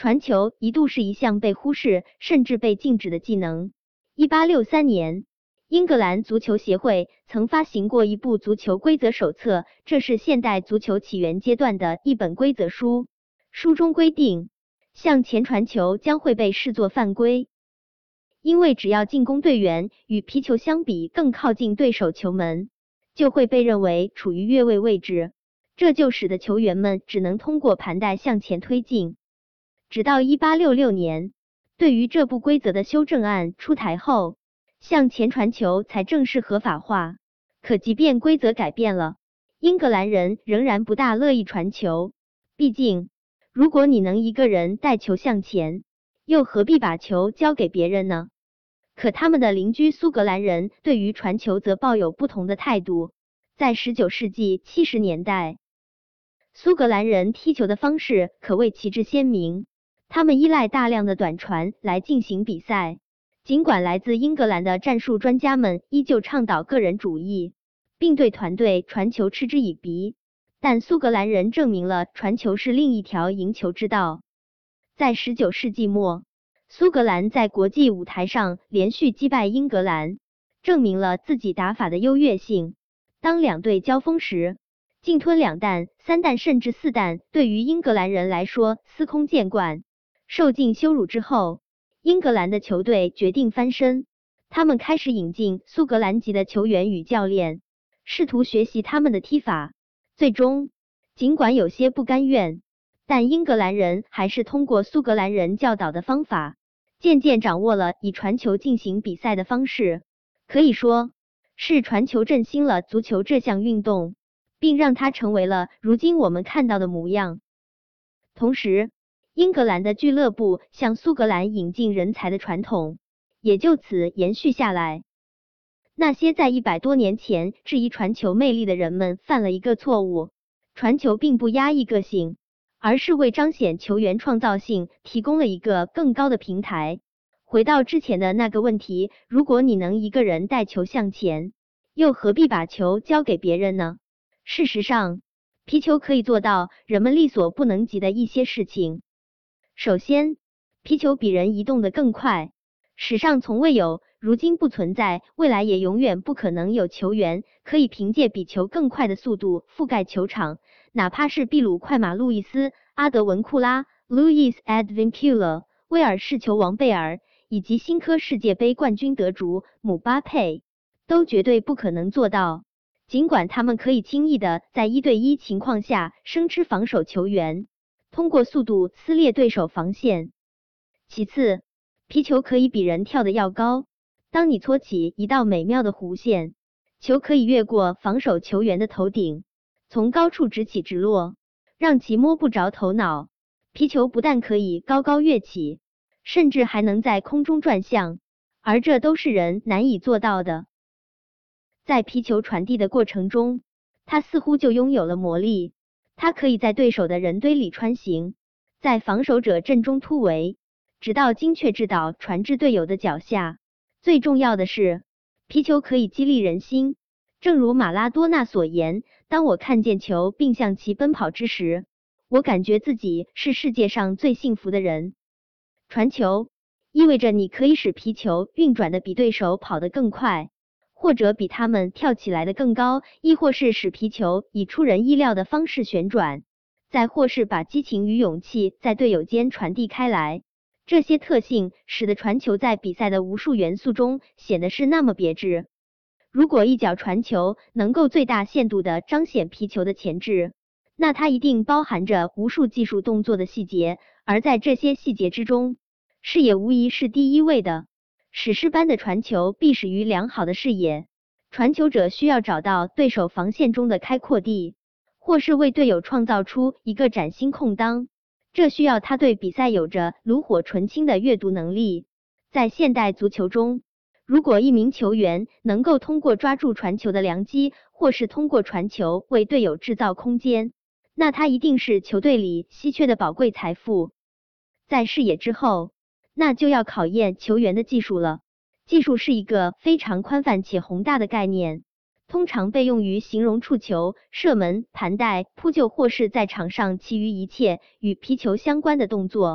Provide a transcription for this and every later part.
传球一度是一项被忽视甚至被禁止的技能。1863年，英格兰足球协会曾发行过一部足球规则手册，这是现代足球起源阶段的一本规则书。书中规定，向前传球将会被视作犯规，因为只要进攻队员与皮球相比更靠近对手球门，就会被认为处于越位位置，这就使得球员们只能通过盘带向前推进。直到1866年，对于这部规则的修正案出台后，向前传球才正式合法化。可即便规则改变了，英格兰人仍然不大乐意传球，毕竟如果你能一个人带球向前，又何必把球交给别人呢？可他们的邻居苏格兰人对于传球则抱有不同的态度。在19世纪70年代，苏格兰人踢球的方式可谓旗帜鲜明，他们依赖大量的短传来进行比赛。尽管来自英格兰的战术专家们依旧倡导个人主义，并对团队传球嗤之以鼻，但苏格兰人证明了传球是另一条赢球之道。在19世纪末，苏格兰在国际舞台上连续击败英格兰，证明了自己打法的优越性。当两队交锋时，进吞2弹、3弹甚至4弹对于英格兰人来说司空见惯。受尽羞辱之后，英格兰的球队决定翻身，他们开始引进苏格兰籍的球员与教练，试图学习他们的踢法。最终，尽管有些不甘愿，但英格兰人还是通过苏格兰人教导的方法，渐渐掌握了以传球进行比赛的方式。可以说，是传球振兴了足球这项运动，并让它成为了如今我们看到的模样。同时，英格兰的俱乐部向苏格兰引进人才的传统也就此延续下来。那些在100多年前质疑传球魅力的人们犯了一个错误，传球并不压抑个性，而是为彰显球员创造性提供了一个更高的平台。回到之前的那个问题，如果你能一个人带球向前，又何必把球交给别人呢？事实上，皮球可以做到人们力所不能及的一些事情。首先，皮球比人移动得更快，史上从未有，如今不存在，未来也永远不可能有球员可以凭借比球更快的速度覆盖球场，哪怕是秘鲁快马路易斯、阿德文库拉 Luis Advíncula、威尔士球王贝尔以及新科世界杯冠军得主姆巴佩，都绝对不可能做到。尽管他们可以轻易的在1对1情况下生吃防守球员，通过速度撕裂对手防线。其次，皮球可以比人跳得要高，当你搓起一道美妙的弧线，球可以越过防守球员的头顶，从高处直起直落，让其摸不着头脑。皮球不但可以高高跃起，甚至还能在空中转向，而这都是人难以做到的。在皮球传递的过程中，它似乎就拥有了魔力。它可以在对手的人堆里穿行，在防守者阵中突围，直到精确制导传至队友的脚下。最重要的是，皮球可以激励人心。正如马拉多纳所言，当我看见球并向其奔跑之时，我感觉自己是世界上最幸福的人。传球意味着你可以使皮球运转的比对手跑得更快，或者比他们跳起来的更高，亦或是使皮球以出人意料的方式旋转，再或是把激情与勇气在队友间传递开来。这些特性使得传球在比赛的无数元素中显得是那么别致。如果一脚传球能够最大限度地彰显皮球的潜质，那它一定包含着无数技术动作的细节，而在这些细节之中，视野无疑是第一位的。史诗般的传球必始于良好的视野，传球者需要找到对手防线中的开阔地，或是为队友创造出一个崭新空当，这需要他对比赛有着炉火纯青的阅读能力。在现代足球中，如果一名球员能够通过抓住传球的良机，或是通过传球为队友制造空间，那他一定是球队里稀缺的宝贵财富。在视野之后，那就要考验球员的技术了。技术是一个非常宽泛且宏大的概念，通常被用于形容触球、射门、盘带、扑救或是在场上其余一切与皮球相关的动作。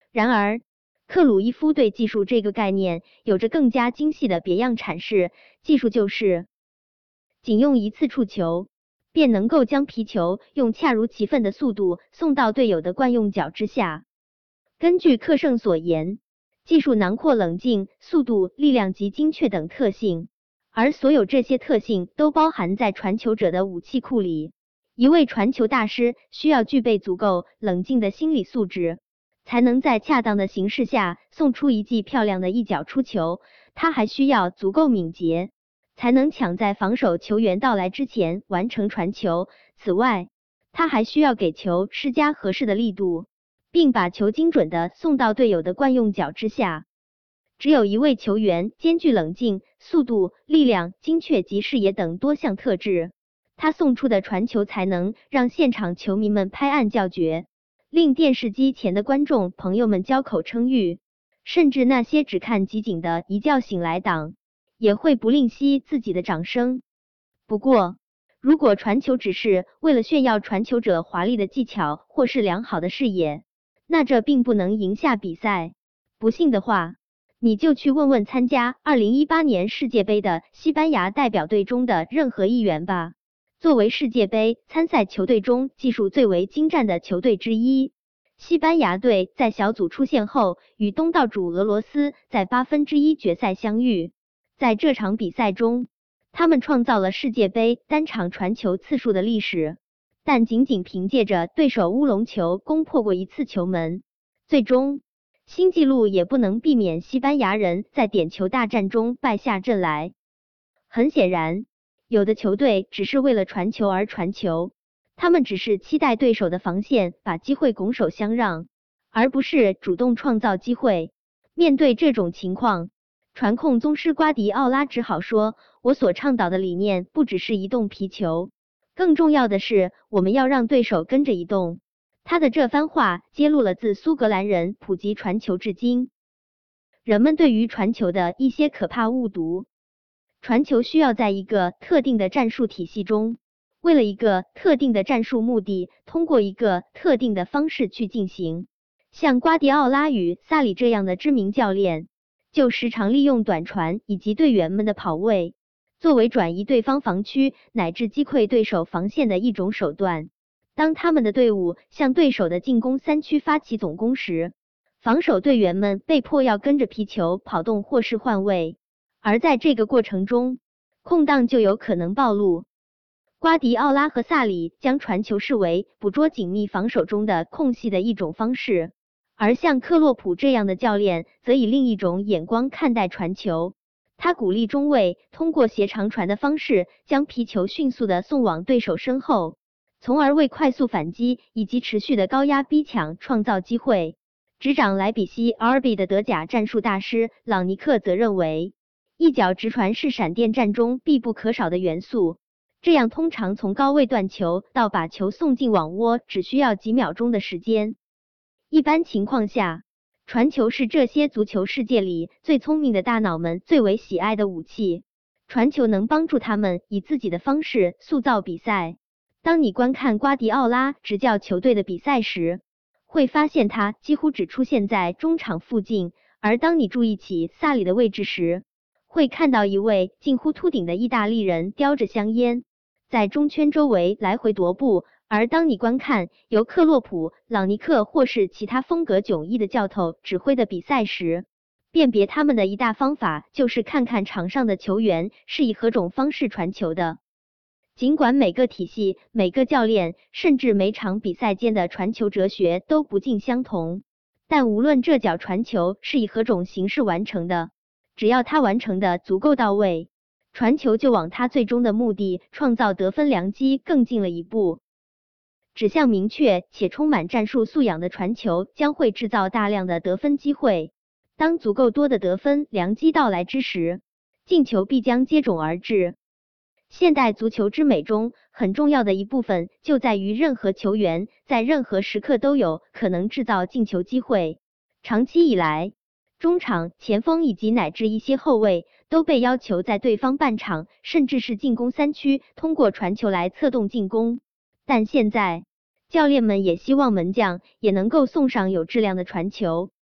然而，克鲁伊夫对技术这个概念有着更加精细的别样阐释，技术就是仅用一次触球，便能够将皮球用恰如其分的速度送到队友的惯用脚之下。根据克圣所言，技术囊括冷静、速度、力量及精确等特性，而所有这些特性都包含在传球者的武器库里。一位传球大师需要具备足够冷静的心理素质，才能在恰当的形势下送出一记漂亮的一脚出球。他还需要足够敏捷，才能抢在防守球员到来之前完成传球。此外，他还需要给球施加合适的力度，并把球精准地送到队友的惯用脚之下。只有一位球员兼具冷静、速度、力量、精确及视野等多项特质，他送出的传球才能让现场球迷们拍案叫绝，令电视机前的观众朋友们交口称誉，甚至那些只看集锦的一觉醒来党也会不吝惜自己的掌声。不过，如果传球只是为了炫耀传球者华丽的技巧或是良好的视野，那这并不能赢下比赛。不信的话，你就去问问参加2018年世界杯的西班牙代表队中的任何一员吧。作为世界杯参赛球队中技术最为精湛的球队之一，西班牙队在小组出线后与东道主俄罗斯在1/8决赛相遇。在这场比赛中，他们创造了世界杯单场传球次数的历史，但仅仅凭借着对手乌龙球攻破过一次球门，最终新纪录也不能避免西班牙人在点球大战中败下阵来。很显然，有的球队只是为了传球而传球，他们只是期待对手的防线把机会拱手相让，而不是主动创造机会。面对这种情况，传控宗师瓜迪奥拉只好说，我所倡导的理念不只是移动皮球，更重要的是我们要让对手跟着移动。他的这番话揭露了自苏格兰人普及传球至今，人们对于传球的一些可怕误读。传球需要在一个特定的战术体系中，为了一个特定的战术目的，通过一个特定的方式去进行。像瓜迪奥拉与萨里这样的知名教练，就时常利用短传以及队员们的跑位，作为转移对方防区乃至击溃对手防线的一种手段。当他们的队伍向对手的进攻3区发起总攻时，防守队员们被迫要跟着皮球跑动或是换位，而在这个过程中，空档就有可能暴露。瓜迪奥拉和萨里将传球视为捕捉紧密防守中的空隙的一种方式，而像克洛普这样的教练则以另一种眼光看待传球。他鼓励中卫通过斜长传的方式将皮球迅速地送往对手身后，从而为快速反击以及持续的高压逼抢创造机会。执掌莱比锡 RB 的德甲战术大师朗尼克则认为，一脚直传是闪电战中必不可少的元素，这样通常从高位断球到把球送进网窝只需要几秒钟的时间。一般情况下，传球是这些足球世界里最聪明的大脑们最为喜爱的武器。传球能帮助他们以自己的方式塑造比赛。当你观看瓜迪奥拉执教球队的比赛时，会发现他几乎只出现在中场附近，而当你注意起萨里的位置时，会看到一位近乎秃顶的意大利人叼着香烟，在中圈周围来回踱步。而当你观看由克洛普、朗尼克或是其他风格迥异的教头指挥的比赛时，辨别他们的一大方法就是看看场上的球员是以何种方式传球的。尽管每个体系、每个教练，甚至每场比赛间的传球哲学都不尽相同，但无论这脚传球是以何种形式完成的，只要他完成的足够到位，传球就往他最终的目的创造得分良机更近了一步。指向明确且充满战术素养的传球将会制造大量的得分机会。当足够多的得分良机到来之时，进球必将接踵而至。现代足球之美中很重要的一部分就在于任何球员在任何时刻都有可能制造进球机会。长期以来，中场、前锋以及乃至一些后卫都被要求在对方半场甚至是进攻3区通过传球来策动进攻。但现在，教练们也希望门将也能够送上有质量的传球。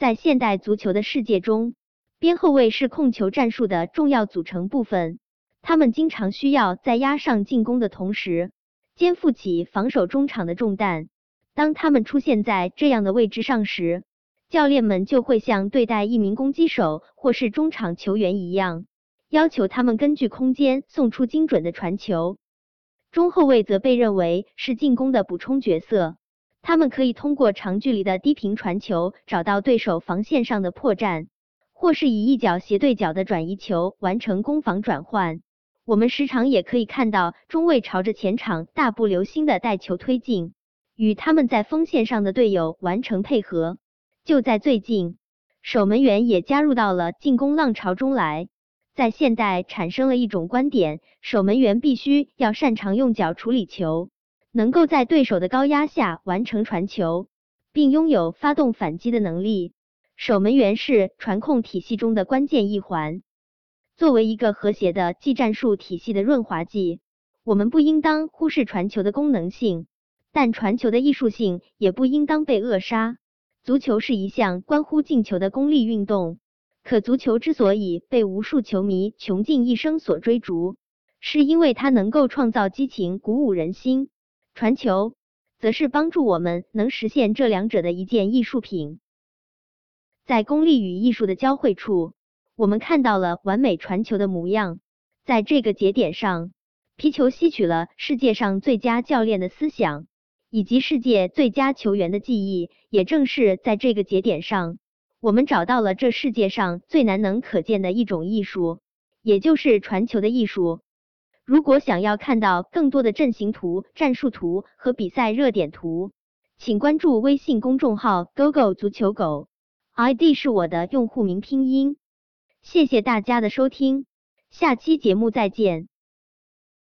在现代足球的世界中，边后卫是控球战术的重要组成部分，他们经常需要在压上进攻的同时，肩负起防守中场的重担。当他们出现在这样的位置上时，教练们就会像对待一名攻击手或是中场球员一样，要求他们根据空间送出精准的传球。中后卫则被认为是进攻的补充角色，他们可以通过长距离的低频传球找到对手防线上的破绽，或是以一脚斜对角的转移球完成攻防转换。我们时常也可以看到中卫朝着前场大步流星的带球推进，与他们在锋线上的队友完成配合。就在最近，守门员也加入到了进攻浪潮中来。在现代产生了一种观点，守门员必须要擅长用脚处理球，能够在对手的高压下完成传球，并拥有发动反击的能力。守门员是传控体系中的关键一环。作为一个和谐的技战术体系的润滑剂，我们不应当忽视传球的功能性，但传球的艺术性也不应当被扼杀。足球是一项关乎进球的功利运动，可足球之所以被无数球迷穷尽一生所追逐，是因为它能够创造激情，鼓舞人心。传球则是帮助我们能实现这两者的一件艺术品。在功利与艺术的交汇处，我们看到了完美传球的模样。在这个节点上，皮球吸取了世界上最佳教练的思想，以及世界最佳球员的技艺。也正是在这个节点上，我们找到了这世界上最难能可见的一种艺术，也就是传球的艺术。如果想要看到更多的阵型图、战术图和比赛热点图，请关注微信公众号 GoGo 足球狗 ，ID 是我的用户名拼音。谢谢大家的收听，下期节目再见。